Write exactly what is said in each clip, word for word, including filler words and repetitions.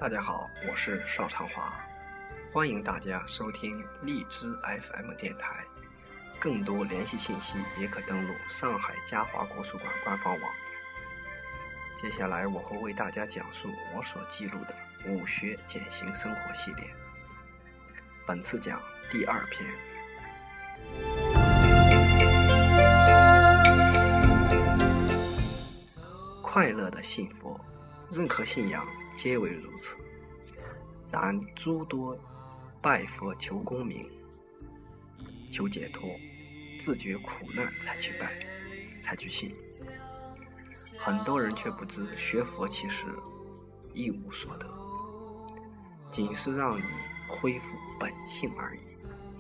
大家好，我是邵长华，欢迎大家收听荔枝 F M 电台。更多联系信息也可登录上海嘉华国术馆官方网。接下来我会为大家讲述我所记录的武学践行生活系列。本次讲第二篇。快乐的信佛，任何信仰皆为如此，然诸多拜佛求功名、求解脱，自觉苦难才去拜，才去信。很多人却不知学佛其实一无所得，仅是让你恢复本性而已。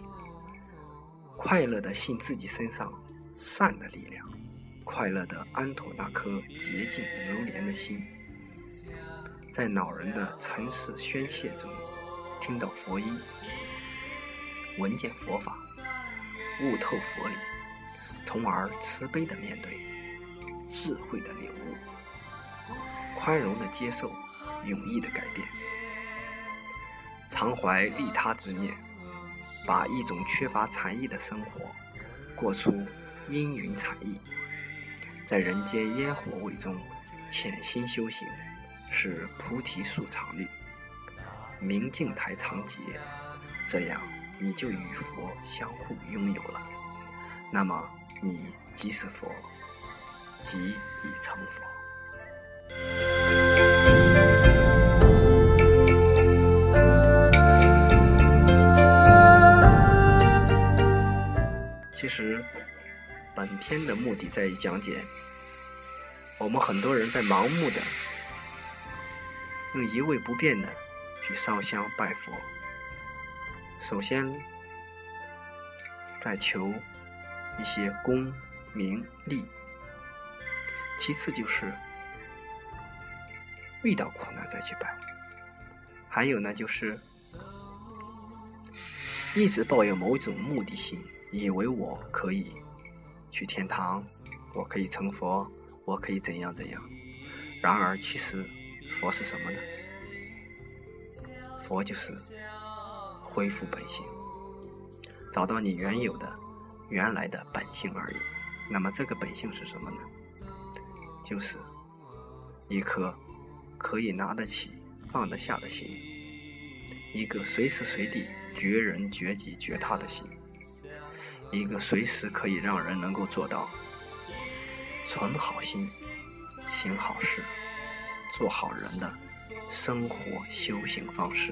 快乐地信自己身上善的力量，快乐地安妥那颗洁净如莲的心，在恼人的尘世宣泄中听到佛音，闻见佛法，悟透佛理，从而慈悲地面对，智慧的领悟，宽容地接受，勇毅地改变，常怀利他之念，把一种缺乏禅意的生活过出阴云禅意，在人间烟火味中潜心修行，使菩提树常绿，明镜台常洁，这样你就与佛相互拥有了。那么你即是佛，即已成佛。其实本篇的目的在于讲解我们很多人在盲目的用一味不变的去烧香拜佛，首先在求一些功名利，其次就是遇到苦难再去拜，还有呢就是一直抱有某种目的性，以为我可以去天堂，我可以成佛，我可以怎样怎样。然而其实佛是什么呢？佛就是恢复本性，找到你原有的原来的本性而已。那么这个本性是什么呢？就是一颗可以拿得起放得下的心，一个随时随地觉人觉己觉他的心，一个随时可以让人能够做到存好心、行好事、做好人的生活修行方式。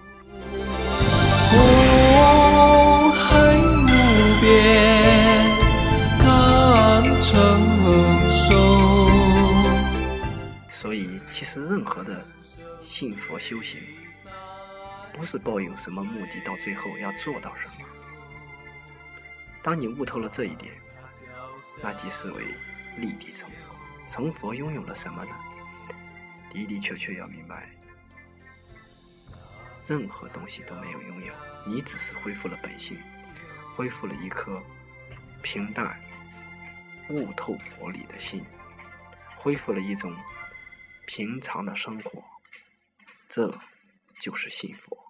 苦海无边，甘承受。 所以其实任何的信佛修行，不是抱有什么目的，到最后要做到什么。当你悟透了这一点，那即是为立地成佛。成佛拥有了什么呢？的的确确要明白，任何东西都没有拥有，你只是恢复了本性，恢复了一颗平淡悟透佛理的心，恢复了一种平常的生活，这就是信佛。